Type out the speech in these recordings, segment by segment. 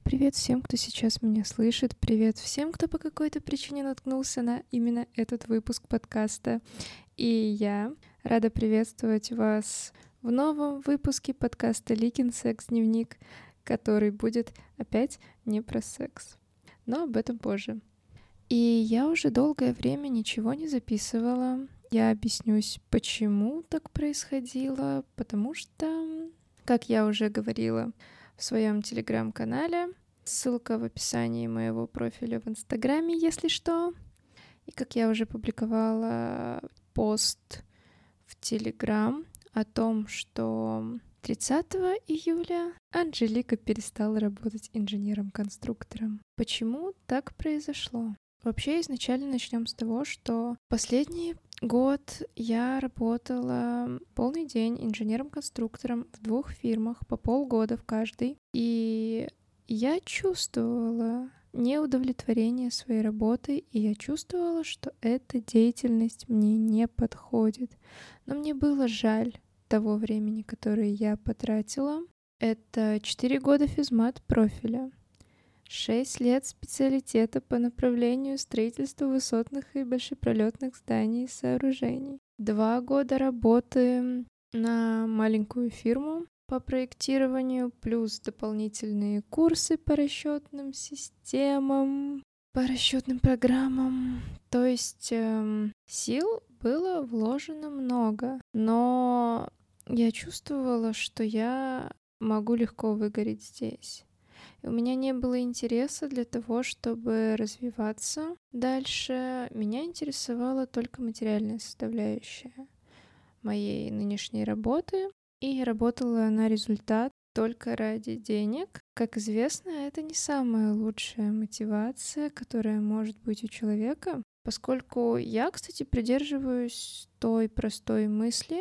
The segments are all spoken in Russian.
Привет всем, кто сейчас меня слышит. Привет всем, кто по какой-то причине наткнулся на именно этот выпуск подкаста. И я рада приветствовать вас в новом выпуске подкаста «Ликин секс-дневник», который будет опять не про секс. Но об этом позже. И я уже долгое время ничего не записывала. Я объяснюсь, почему так происходило. Потому что, как я уже говорила в своем телеграм-канале, ссылка в описании моего профиля в Инстаграме, если что. И как я уже публиковала пост в Телеграм о том, что 30 июля Анжелика перестала работать инженером-конструктором. Почему так произошло? Вообще, изначально начнем с того, что последний год я работала полный день инженером-конструктором в 2 фирмах по полгода в каждой. И я чувствовала неудовлетворение своей работой, и я чувствовала, что эта деятельность мне не подходит. Но мне было жаль того времени, которое я потратила. Это 4 года физмат профиля, 6 лет специалитета по направлению строительства высотных и большепролетных зданий и сооружений, 2 года работы на маленькую фирму по проектированию, плюс дополнительные курсы по расчетным системам, по расчетным программам. То есть сил было вложено много, но я чувствовала, что я могу легко выгореть здесь. И у меня не было интереса для того, чтобы развиваться дальше. Меня интересовала только материальная составляющая моей нынешней работы. И работала на результат только ради денег. Как известно, это не самая лучшая мотивация, которая может быть у человека, поскольку я, кстати, придерживаюсь той простой мысли,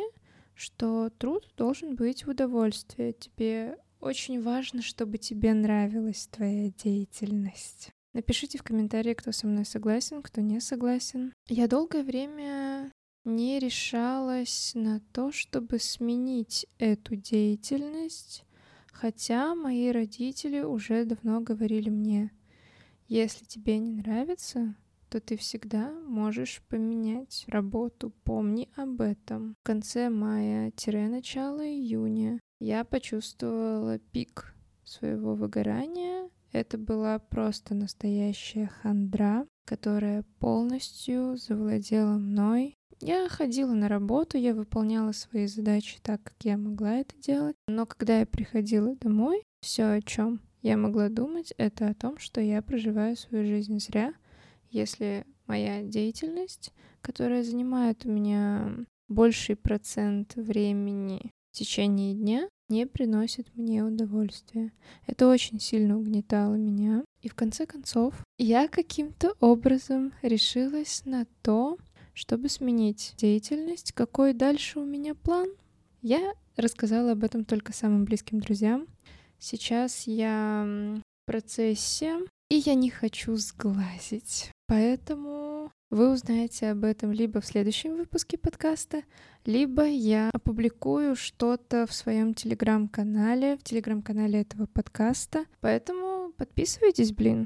что труд должен быть в удовольствие. Тебе очень важно, чтобы тебе нравилась твоя деятельность. Напишите в комментарии, кто со мной согласен, кто не согласен. Я долгое время не решалась на то, чтобы сменить эту деятельность, хотя мои родители уже давно говорили мне: если тебе не нравится, то ты всегда можешь поменять работу, помни об этом. В конце мая-начало июня я почувствовала пик своего выгорания. Это была просто настоящая хандра, которая полностью завладела мной. Я ходила на работу, я выполняла свои задачи так, как я могла это делать. Но когда я приходила домой, все, о чем я могла думать, это о том, что я проживаю свою жизнь зря, если моя деятельность, которая занимает у меня больший процент времени в течение дня, не приносит мне удовольствия. Это очень сильно угнетало меня. И в конце концов, я каким-то образом решилась на то, чтобы сменить деятельность. Какой дальше у меня план? Я рассказала об этом только самым близким друзьям. Сейчас я в процессе, и я не хочу сглазить. Поэтому вы узнаете об этом либо в следующем выпуске подкаста, либо я опубликую что-то в своем телеграм-канале, в телеграм-канале этого подкаста. Поэтому подписывайтесь, блин.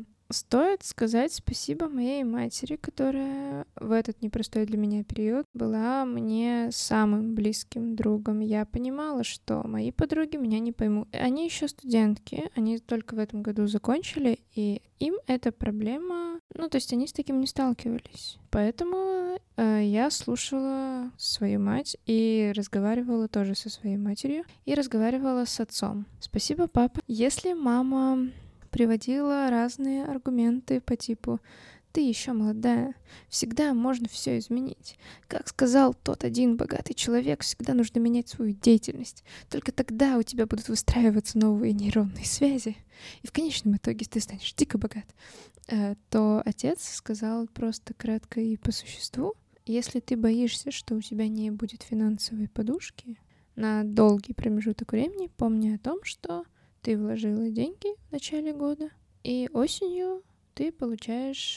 Стоит сказать спасибо моей матери, которая в этот непростой для меня период была мне самым близким другом. Я понимала, что мои подруги меня не поймут. Они еще студентки, они только в этом году закончили, и им эта проблема, то есть они с таким не сталкивались. Поэтому я слушала свою мать и разговаривала тоже со своей матерью, и разговаривала с отцом. Спасибо, папа. Если мама приводила разные аргументы по типу: ты еще молодая, всегда можно все изменить. Как сказал тот один богатый человек, всегда нужно менять свою деятельность. Только тогда у тебя будут выстраиваться новые нейронные связи, и в конечном итоге ты станешь дико богат. То отец сказал просто кратко и по существу: если ты боишься, что у тебя не будет финансовой подушки на долгий промежуток времени, помни о том, что ты вложила деньги в начале года, и осенью ты получаешь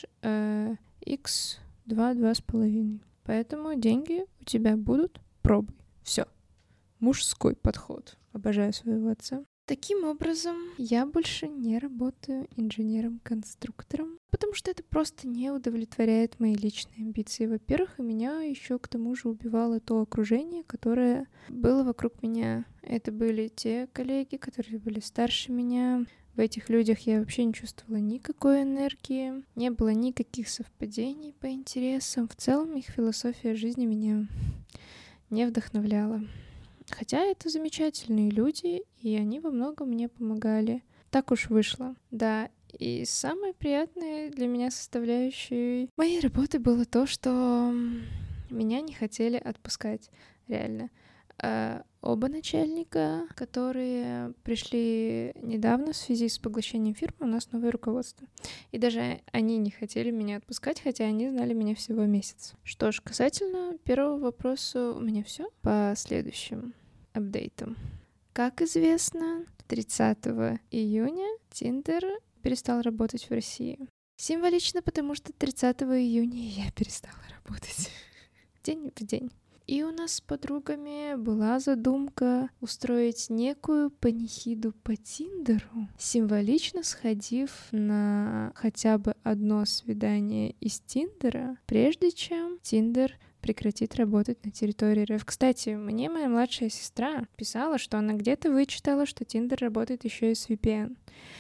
x 2-2,5. Поэтому деньги у тебя будут, пробуй. Все. Мужской подход. Обожаю своего отца. Таким образом, я больше не работаю инженером-конструктором, потому что это просто не удовлетворяет мои личные амбиции. Во-первых, и меня еще к тому же убивало то окружение, которое было вокруг меня. Это были те коллеги, которые были старше меня. В этих людях я вообще не чувствовала никакой энергии, не было никаких совпадений по интересам. В целом, их философия жизни меня не вдохновляла. Хотя это замечательные люди, и они во многом мне помогали. Так уж вышло. Да, и самой приятной для меня составляющей моей работы было то, что меня не хотели отпускать, реально. Оба начальника, которые пришли недавно в связи с поглощением фирмы, у нас новое руководство. И даже они не хотели меня отпускать, хотя они знали меня всего месяц. Что ж, касательно первого вопроса у меня все. По следующим апдейтам. Как известно, 30 июня Tinder перестал работать в России. Символично, потому что 30 июня я перестала работать. День в день. И у нас с подругами была задумка устроить некую панихиду по Тиндеру, символично сходив на хотя бы одно свидание из Тиндера, прежде чем Тиндер прекратит работать на территории РФ. Кстати, мне моя младшая сестра писала, что она где-то вычитала, что Тиндер работает еще и с VPN.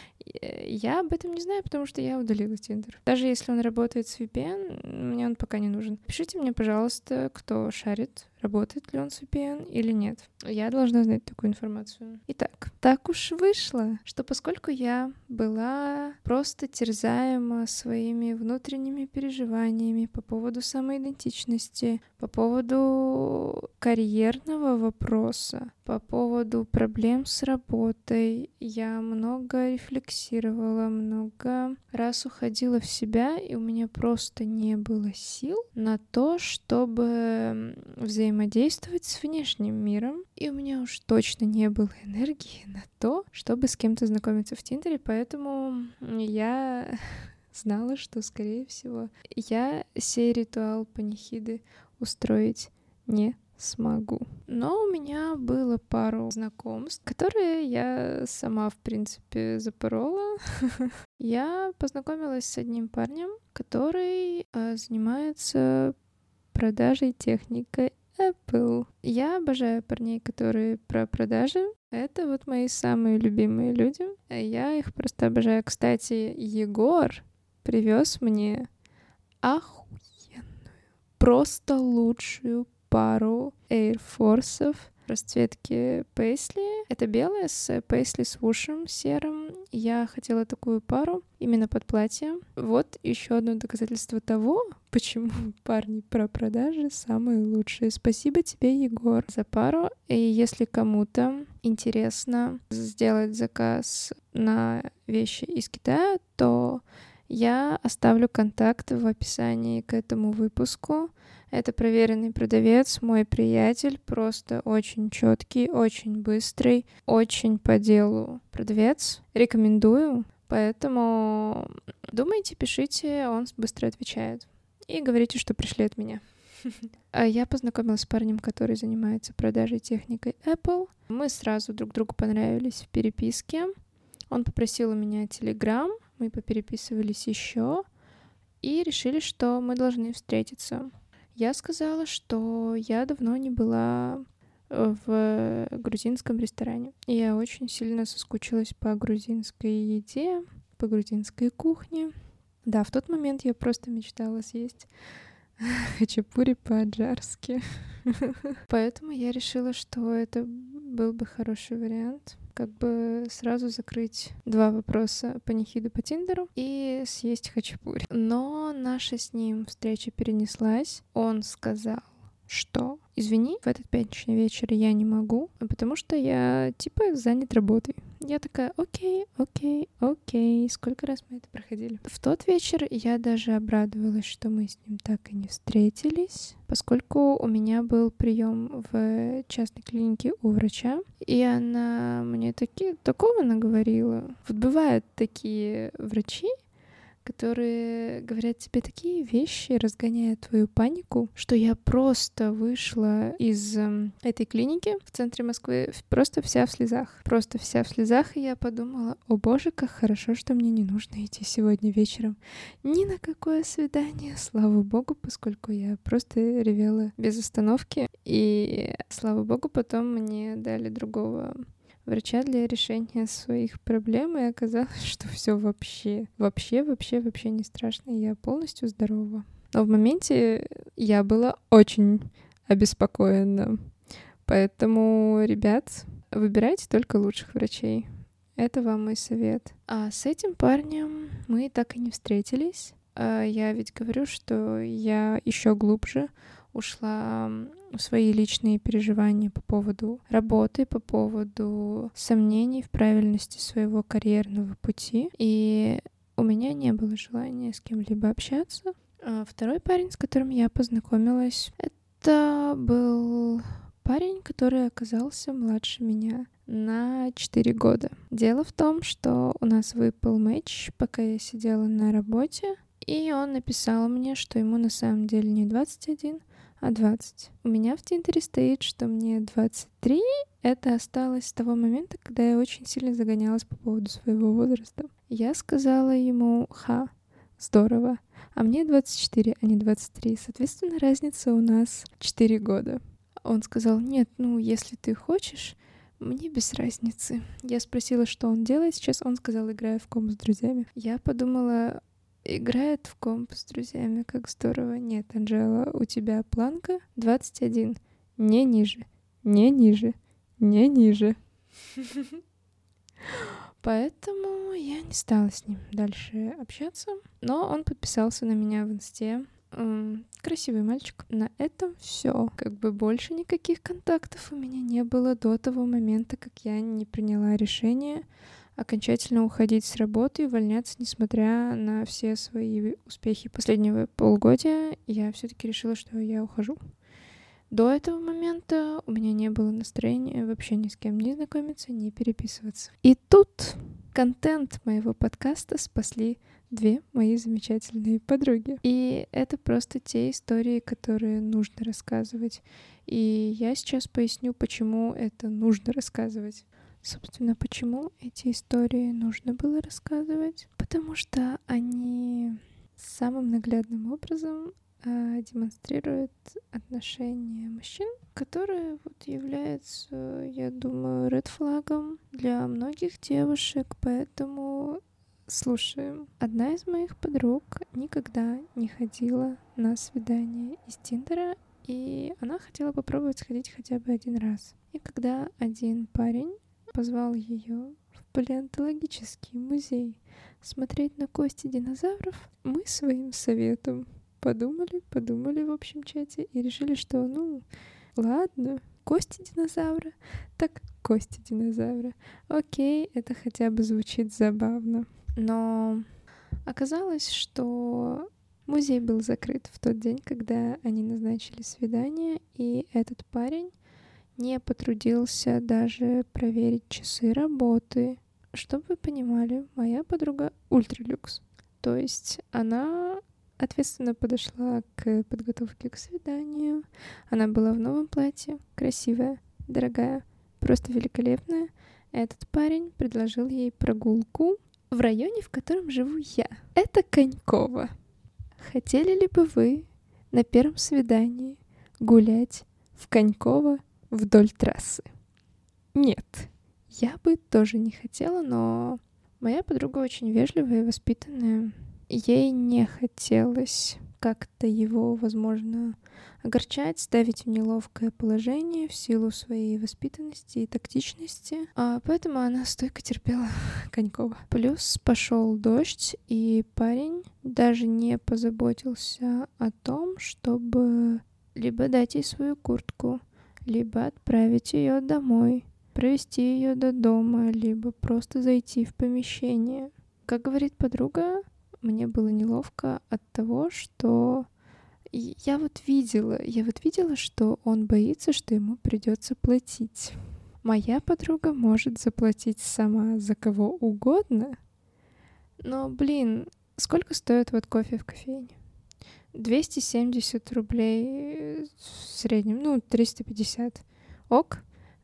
Я об этом не знаю, потому что я удалила Тиндер. Даже если он работает с VPN, мне он пока не нужен. Пишите мне, пожалуйста, кто шарит, работает ли он с VPN или нет. Я должна знать такую информацию. Итак, так уж вышло, что поскольку я была просто терзаема своими внутренними переживаниями по поводу самоидентичности, по поводу карьерного вопроса, по поводу проблем с работой, я много рефлексировала, много раз уходила в себя, и у меня просто не было сил на то, чтобы взаимодействовать с внешним миром. И у меня уж точно не было энергии на то, чтобы с кем-то знакомиться в Тиндере, поэтому я знала, что, скорее всего, я сей ритуал панихиды устроить не смогу. Но у меня было пару знакомств, которые я сама, в принципе, запорола. Я познакомилась с одним парнем, который занимается продажей техники Apple. Я обожаю парней, которые про продажи. Это вот мои самые любимые люди. Я их просто обожаю. Кстати, Егор привез мне охуенную, просто лучшую пару Air Force'ов расцветки Paisley. Это белая с Paisley с вушем серым. Я хотела такую пару именно под платье. Вот еще одно доказательство того, почему парни про продажи самые лучшие. Спасибо тебе, Егор, за пару. И если кому-то интересно сделать заказ на вещи из Китая, то я оставлю контакт в описании к этому выпуску. Это проверенный продавец, мой приятель, просто очень четкий, очень быстрый, очень по делу продавец. Рекомендую, поэтому думайте, пишите, он быстро отвечает. И говорите, что пришли от меня. Я познакомилась с парнем, который занимается продажей техникой Apple. Мы сразу друг другу понравились в переписке. Он попросил у меня Telegram, мы попереписывались еще и решили, что мы должны встретиться. Я сказала, что я давно не была в грузинском ресторане. И я очень сильно соскучилась по грузинской еде, по грузинской кухне. Да, в тот момент я просто мечтала съесть хачапури по-аджарски. Поэтому я решила, что это был бы хороший вариант. Как бы сразу закрыть два вопроса: панихиду по Тиндеру и съесть хачапури. Но наша с ним встреча перенеслась. Он сказал, что извини, в этот пятничный вечер я не могу, потому что я типа занят работой. Я такая: окей, сколько раз мы это проходили. В тот вечер я даже обрадовалась, что мы с ним так и не встретились, поскольку у меня был прием в частной клинике у врача, и она мне такого наговорила. Вот бывают такие врачи, которые говорят тебе такие вещи, разгоняя твою панику, что я просто вышла из этой клиники в центре Москвы просто вся в слезах. Просто вся в слезах, и я подумала: о боже, как хорошо, что мне не нужно идти сегодня вечером ни на какое свидание, слава богу, поскольку я просто ревела без остановки. И слава богу, потом мне дали другого врача для решения своих проблем, и оказалось, что все вообще не страшно, и я полностью здорова. Но в моменте я была очень обеспокоена. Поэтому, ребят, выбирайте только лучших врачей. Это вам мой совет. А с этим парнем мы так и не встретились. Я ведь говорю, что я еще глубже ушла в свои личные переживания по поводу работы, по поводу сомнений в правильности своего карьерного пути. И у меня не было желания с кем-либо общаться. Второй парень, с которым я познакомилась, это был парень, который оказался младше меня на 4 года. Дело в том, что у нас выпал матч, пока я сидела на работе, и он написал мне, что ему на самом деле не 21, а 20. У меня в Тиндере стоит, что мне 23. Это осталось с того момента, когда я очень сильно загонялась по поводу своего возраста. Я сказала ему: здорово. А мне 24, а не 23. Соответственно, разница у нас 4 года. Он сказал: нет, если ты хочешь, мне без разницы. Я спросила, что он делает сейчас. Он сказал: играю в комп с друзьями. Я подумала: играет в комп с друзьями, как здорово. Нет, Анжела, у тебя планка 21. Не ниже, не ниже, не ниже. Поэтому я не стала с ним дальше общаться. Но он подписался на меня в инсте. Красивый мальчик. На этом все. Больше никаких контактов у меня не было до того момента, как я не приняла решение окончательно уходить с работы и увольняться, несмотря на все свои успехи последнего полугодия. Я все-таки решила, что я ухожу. До этого момента у меня не было настроения вообще ни с кем не знакомиться, не переписываться. И тут контент моего подкаста спасли 2 мои замечательные подруги. И это просто те истории, которые нужно рассказывать. И я сейчас поясню, почему это нужно рассказывать. Собственно, почему эти истории нужно было рассказывать? Потому что они самым наглядным образом демонстрируют отношения мужчин, которые являются, я думаю, ред-флагом для многих девушек, поэтому слушаем. Одна из моих подруг никогда не ходила на свидание из Тиндера, и она хотела попробовать сходить хотя бы один раз. И когда один парень позвал ее в палеонтологический музей смотреть на кости динозавров, мы своим советом подумали в общем чате и решили, что ладно, кости динозавра, так кости динозавра. Окей, это хотя бы звучит забавно. Но оказалось, что музей был закрыт в тот день, когда они назначили свидание, и этот парень не потрудился даже проверить часы работы. Чтобы вы понимали, моя подруга ультралюкс. То есть она ответственно подошла к подготовке к свиданию. Она была в новом платье, красивая, дорогая, просто великолепная. Этот парень предложил ей прогулку в районе, в котором живу я. Это Коньково. Хотели ли бы вы на первом свидании гулять в Коньково вдоль трассы? Нет, я бы тоже не хотела, но моя подруга очень вежливая и воспитанная. Ей не хотелось как-то его, возможно, огорчать, ставить в неловкое положение в силу своей воспитанности и тактичности, поэтому она стойко терпела Конькова. Плюс пошел дождь, и парень даже не позаботился о том, чтобы либо дать ей свою куртку, либо отправить ее домой, провести ее до дома, либо просто зайти в помещение. Как говорит подруга, мне было неловко от того, что я видела, что он боится, что ему придется платить. Моя подруга может заплатить сама за кого угодно, но, Сколько стоит вот кофе в кофейне? 270 рублей в среднем, 350. Ок.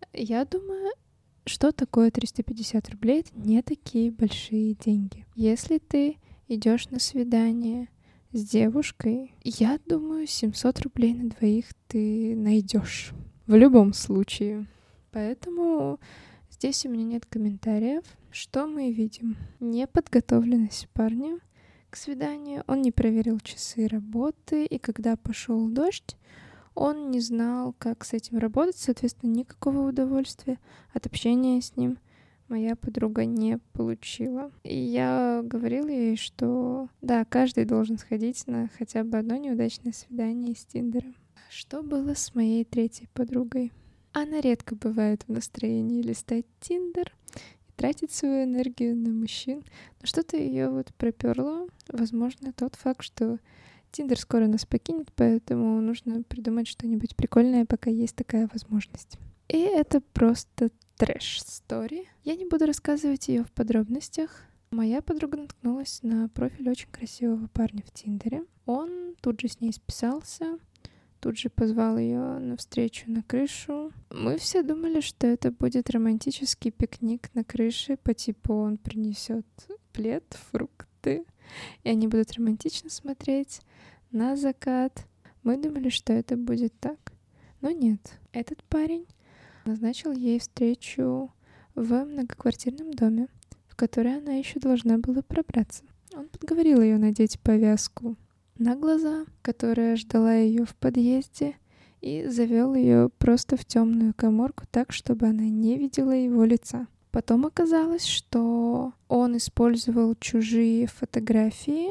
Я думаю, что такое 350 рублей? Это не такие большие деньги. Если ты идешь на свидание с девушкой, я думаю, 700 рублей на двоих ты найдешь. В любом случае. Поэтому здесь у меня нет комментариев. Что мы видим? Неподготовленность парня к свиданию. Он не проверил часы работы, и когда пошел дождь, он не знал, как с этим работать, соответственно, никакого удовольствия от общения с ним моя подруга не получила. И я говорила ей, что да, каждый должен сходить на хотя бы одно неудачное свидание из Тиндера. Что было с моей третьей подругой? Она редко бывает в настроении листать Тиндер и тратить свою энергию на мужчин, но что-то ее вот проперло. Возможно, тот факт, что Тиндер скоро нас покинет, поэтому нужно придумать что-нибудь прикольное, пока есть такая возможность. И это просто трэш-стори. Я не буду рассказывать ее в подробностях. Моя подруга наткнулась на профиль очень красивого парня в Тиндере. Он тут же с ней списался, тут же позвал ее на встречу на крышу. Мы все думали, что это будет романтический пикник на крыше, по типу он принесет плед, фрукты, и они будут романтично смотреть на закат. Мы думали, что это будет так. Но нет. Этот парень назначил ей встречу в многоквартирном доме, в который она еще должна была пробраться. Он подговорил ее надеть повязку на глаза, которая ждала ее в подъезде, и завел ее просто в темную каморку так, чтобы она не видела его лица. Потом оказалось, что он использовал чужие фотографии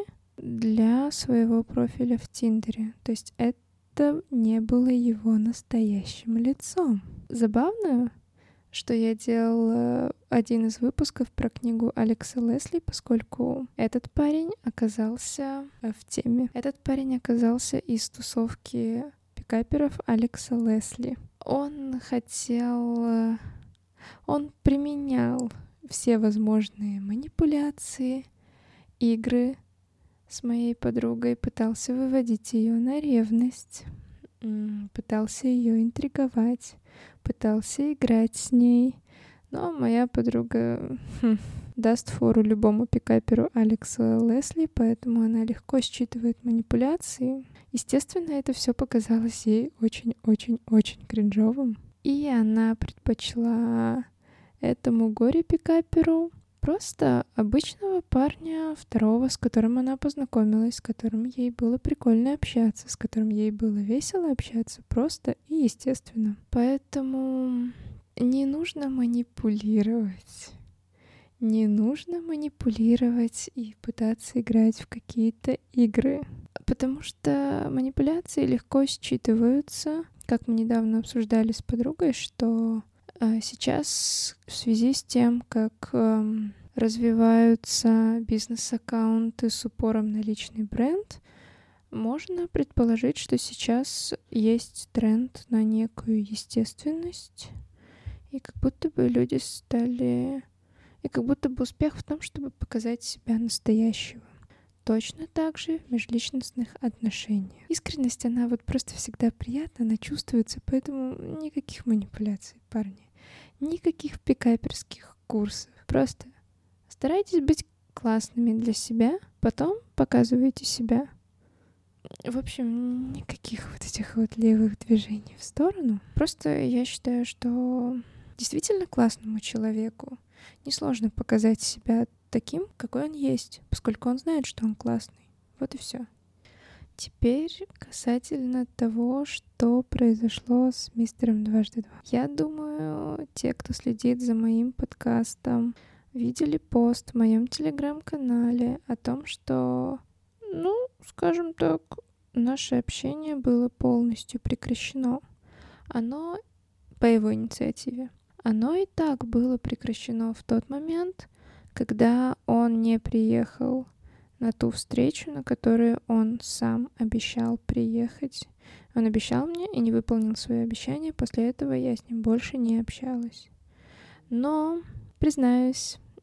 для своего профиля в Тиндере. То есть это не было его настоящим лицом. Забавно, что я делала один из выпусков про книгу Алекса Лесли, поскольку этот парень оказался в теме. Этот парень оказался из тусовки пикаперов Алекса Лесли. Он применял все возможные манипуляции, игры с моей подругой, пытался выводить ее на ревность, пытался ее интриговать, пытался играть с ней. Но моя подруга даст фору любому пикаперу Алекса Лесли, поэтому она легко считывает манипуляции. Естественно, это все показалось ей очень-очень-очень кринжовым. И она предпочла этому горе-пикаперу просто обычного парня второго, с которым она познакомилась, с которым ей было прикольно общаться, с которым ей было весело общаться, просто и естественно. Поэтому не нужно манипулировать. Не нужно манипулировать и пытаться играть в какие-то игры. Потому что манипуляции легко считываются. Как мы недавно обсуждали с подругой, что сейчас в связи с тем, как развиваются бизнес-аккаунты с упором на личный бренд, можно предположить, что сейчас есть тренд на некую естественность, и как будто бы люди стали... И как будто бы успех в том, чтобы показать себя настоящего. Точно так же в межличностных отношениях. Искренность, она вот просто всегда приятна, она чувствуется, поэтому никаких манипуляций, парни. Никаких пикаперских курсов. Просто старайтесь быть классными для себя, потом показывайте себя. В общем, никаких вот этих вот левых движений в сторону. Просто я считаю, что действительно классному человеку несложно показать себя таким, какой он есть, поскольку он знает, что он классный. Вот и все. Теперь касательно того, что произошло с мистером 2x2. Я думаю, те, кто следит за моим подкастом, видели пост в моем телеграм-канале о том, что, скажем так, наше общение было полностью прекращено. Оно по его инициативе. Оно и так было прекращено в тот момент, когда он не приехал на ту встречу, на которую он сам обещал приехать. Он обещал мне и не выполнил свое обещание. После этого я с ним больше не общалась. Но, признаюсь,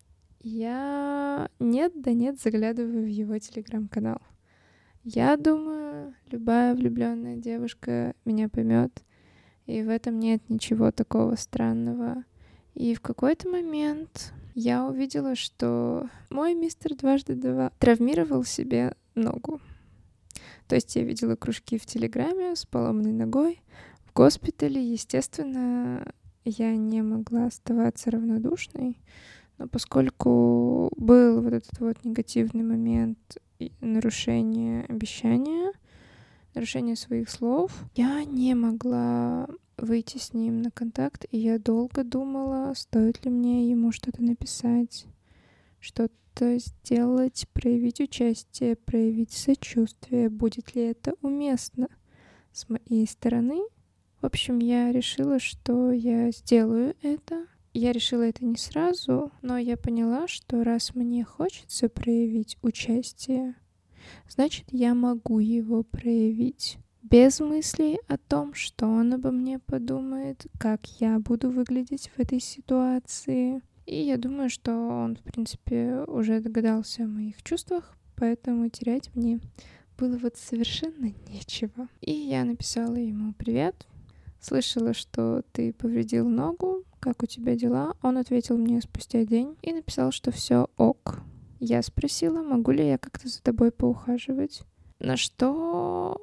я нет заглядываю в его телеграм-канал. Я думаю, любая влюбленная девушка меня поймет, и в этом нет ничего такого странного. И в какой-то момент я увидела, что мой мистер дважды два травмировал себе ногу. То есть я видела кружки в Телеграме с поломанной ногой. В госпитале, естественно, я не могла оставаться равнодушной. Но поскольку был вот этот вот негативный момент нарушения обещания, нарушения своих слов, я не могла выйти с ним на контакт, и я долго думала, стоит ли мне ему что-то написать, что-то сделать, проявить участие, проявить сочувствие, будет ли это уместно с моей стороны. В общем, я решила, что я сделаю это. Я решила это не сразу, но я поняла, что раз мне хочется проявить участие, значит, я могу его проявить. Без мыслей о том, что он обо мне подумает, как я буду выглядеть в этой ситуации. И я думаю, что он, в принципе, уже догадался о моих чувствах, поэтому терять мне было вот совершенно нечего. И я написала ему: «Привет, слышала, что ты повредил ногу, как у тебя дела?» Он ответил мне спустя день и написал, что все ок. Я спросила, могу ли я как-то за тобой поухаживать, на что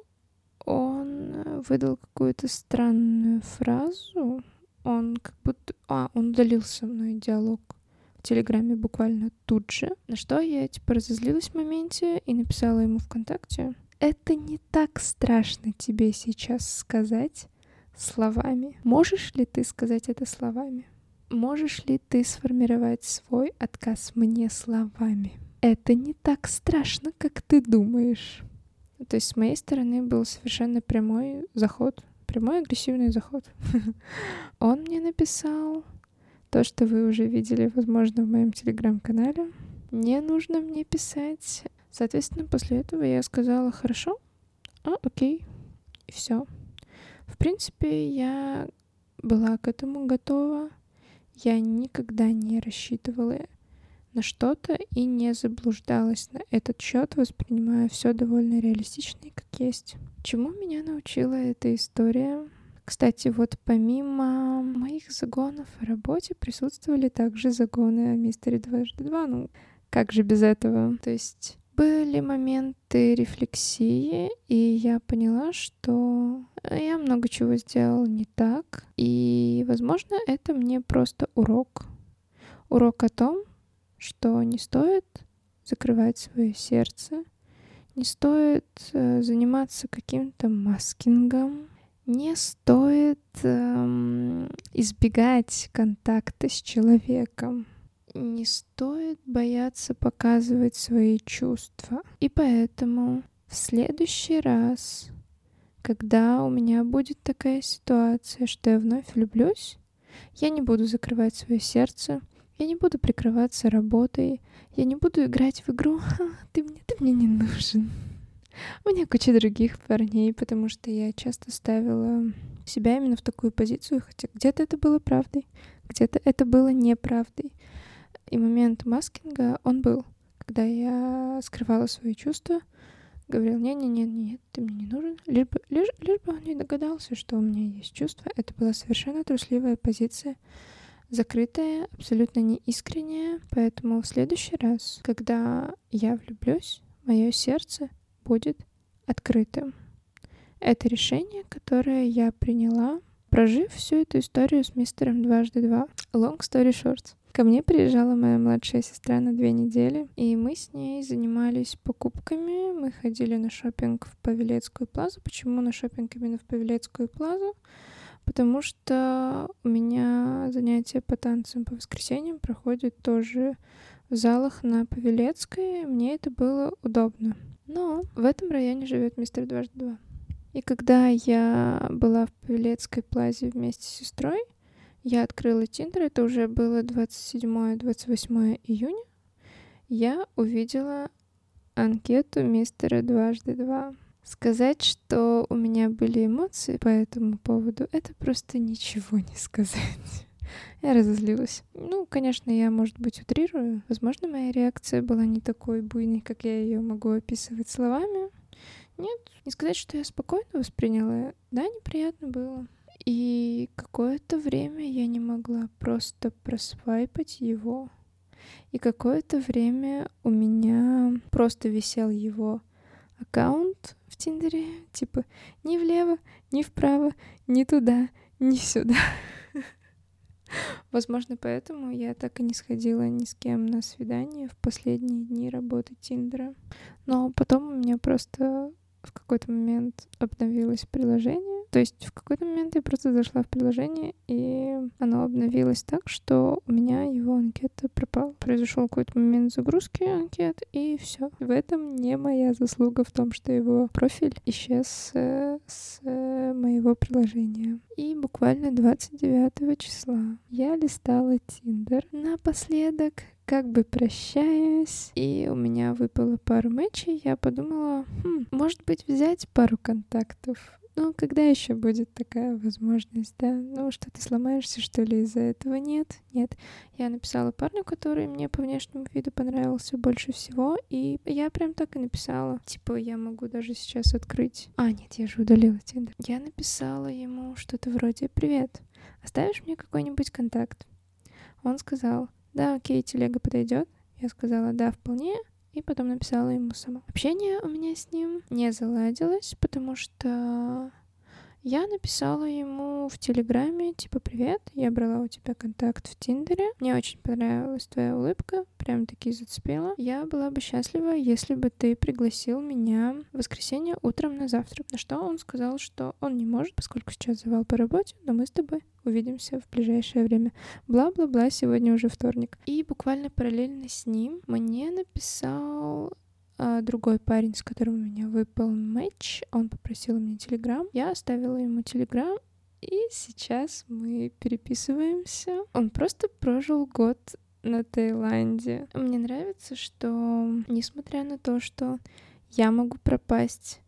он выдал какую-то странную фразу. Он как будто... он удалил со мной диалог в Телеграме буквально тут же. На что я разозлилась в моменте и написала ему ВКонтакте: «Это не так страшно тебе сейчас сказать словами. Можешь ли ты сказать это словами? Можешь ли ты сформировать свой отказ мне словами? Это не так страшно, как ты думаешь». То есть с моей стороны был совершенно прямой заход, прямой агрессивный заход. Он мне написал то, что вы уже видели, возможно, в моем телеграм-канале. Не нужно мне писать. Соответственно, после этого я сказала: «Хорошо, окей», и все. В принципе, я была к этому готова. Я никогда не рассчитывала на что-то и не заблуждалась на этот счет, воспринимая все довольно реалистично и как есть. Чему меня научила эта история? Кстати, вот помимо моих загонов о работе присутствовали также загоны о мистере дважды два. Ну, как же без этого? То есть были моменты рефлексии, и я поняла, что я много чего сделала не так. И, возможно, это мне просто урок. Урок о том, что не стоит закрывать свое сердце, не стоит заниматься каким-то маскингом, не стоит избегать контакта с человеком, не стоит бояться показывать свои чувства. И поэтому в следующий раз, когда у меня будет такая ситуация, что я вновь влюблюсь, я не буду закрывать свое сердце, я не буду прикрываться работой, я не буду играть в игру ты мне не нужен. У меня куча других парней, потому что я часто ставила себя именно в такую позицию, хотя где-то это было правдой, где-то это было неправдой. И момент маскинга, он был, когда я скрывала свои чувства, говорил: нет, ты мне не нужен. Лишь бы он не догадался, что у меня есть чувства. Это была совершенно трусливая позиция, закрытая, абсолютно неискренняя. Поэтому в следующий раз, когда я влюблюсь, мое сердце будет открытым. Это решение, которое я приняла, прожив всю эту историю с мистером дважды два. Long story short. Ко мне приезжала моя младшая сестра на 2 недели, и мы с ней занимались покупками. Мы ходили на шопинг в Павелецкую плазу. Почему на шопинг именно в Павелецкую плазу? Потому что у меня занятия по танцам по воскресеньям проходят тоже в залах на Павелецкой. Мне это было удобно. Но в этом районе живет мистер дважды два. И когда я была в Павелецкой плазе вместе с сестрой, я открыла Тиндер, это уже было 27-28 июня, я увидела анкету мистера дважды два. Сказать, что у меня были эмоции по этому поводу, это просто ничего не сказать. Я разозлилась. Конечно, я, может быть, утрирую. Возможно, моя реакция была не такой буйной, как я ее могу описывать словами. Нет, не сказать, что я спокойно восприняла. Да, неприятно было. И какое-то время я не могла просто просвайпать его. И какое-то время у меня просто висел его аккаунт в Тиндере. Типа ни влево, ни вправо, ни туда, ни сюда. Возможно, поэтому я так и не сходила ни с кем на свидание в последние дни работы Тиндера. Но потом у меня просто в какой-то момент обновилось приложение. То есть в какой-то момент я просто зашла в приложение, и оно обновилось так, что у меня его анкета пропала. Произошел какой-то момент загрузки анкет, и все. В этом не моя заслуга в том, что его профиль исчез с моего приложения. И буквально 29 числа я листала Тиндер напоследок, как бы прощаясь, и у меня выпало пару матчей. Я подумала, может быть, взять пару контактов. Когда еще будет такая возможность, да? Что ты сломаешься, что ли, из-за этого? Нет. Я написала парню, который мне по внешнему виду понравился больше всего, и я прям так и написала. Я могу даже сейчас открыть. Нет, я же удалила Тиндер. Я написала ему что-то вроде «Привет, оставишь мне какой-нибудь контакт?» Он сказал: «Да, окей, телега подойдет». Я сказала: «Да, вполне». И потом написала ему сама. Общение у меня с ним не заладилось, потому что я написала ему в Телеграме, «Привет, я брала у тебя контакт в Тиндере. Мне очень понравилась твоя улыбка, прям-таки зацепила. Я была бы счастлива, если бы ты пригласил меня в воскресенье утром на завтрак». На что он сказал, что он не может, поскольку сейчас завал по работе, но мы с тобой увидимся в ближайшее время. Бла-бла-бла, сегодня уже вторник. И буквально параллельно с ним мне написал другой парень, с которым у меня выпал матч. Он попросил у меня Телеграм. Я оставила ему Телеграм, и сейчас мы переписываемся. Он просто прожил год на Таиланде. Мне нравится, что несмотря на то, что я могу пропасть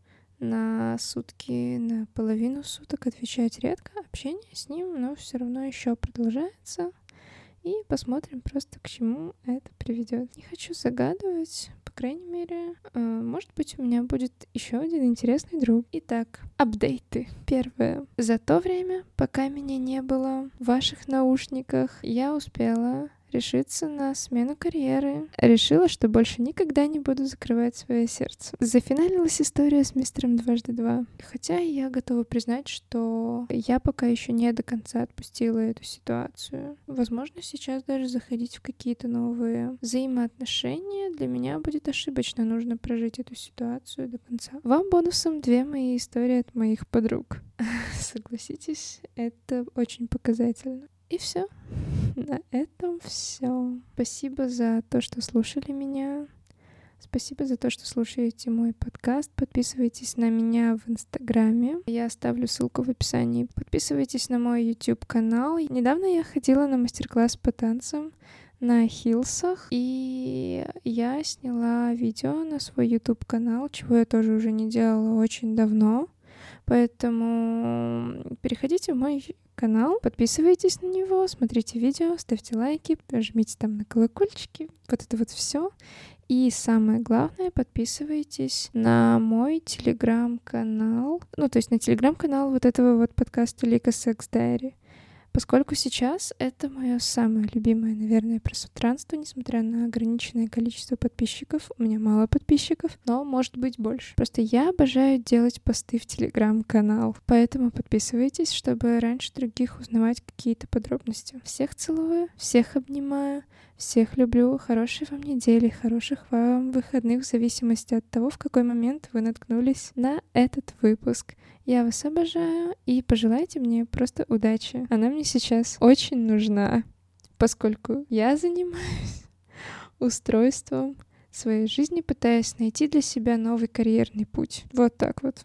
на сутки, на половину суток, отвечать редко, общение с ним, все равно еще продолжается. И посмотрим просто, к чему это приведет. Не хочу загадывать, по крайней мере. Может быть, у меня будет еще один интересный друг. Итак, апдейты. Первое. За то время, пока меня не было в ваших наушниках, я успела решиться на смену карьеры. Решила, что больше никогда не буду закрывать свое сердце. Зафиналилась история с мистером 2x2. Хотя я готова признать, что я пока еще не до конца отпустила эту ситуацию. Возможно, сейчас даже заходить в какие-то новые взаимоотношения для меня будет ошибочно. Нужно прожить эту ситуацию до конца. Вам бонусом 2 мои истории от моих подруг. Согласитесь, это очень показательно. И все. На этом все. Спасибо за то, что слушали меня. Спасибо за то, что слушаете мой подкаст. Подписывайтесь на меня в Инстаграме. Я оставлю ссылку в описании. Подписывайтесь на мой YouTube-канал. Недавно я ходила на мастер-класс по танцам на хилсах, и я сняла видео на свой YouTube-канал, чего я тоже уже не делала очень давно. Поэтому переходите в мой канал, подписывайтесь на него, смотрите видео, ставьте лайки, жмите там на колокольчики, вот это вот все. И самое главное, подписывайтесь на мой телеграм-канал, то есть на телеграм-канал вот этого вот подкаста Лика Секс Дайри. Поскольку сейчас это мое самое любимое, наверное, пространство, несмотря на ограниченное количество подписчиков. У меня мало подписчиков, но может быть больше. Просто я обожаю делать посты в Телеграм-канал. Поэтому подписывайтесь, чтобы раньше других узнавать какие-то подробности. Всех целую, всех обнимаю, всех люблю. Хорошей вам недели, хороших вам выходных, в зависимости от того, в какой момент вы наткнулись на этот выпуск. Я вас обожаю, и пожелайте мне просто удачи. Она мне сейчас очень нужна, поскольку я занимаюсь устройством своей жизни, пытаясь найти для себя новый карьерный путь. Вот так вот.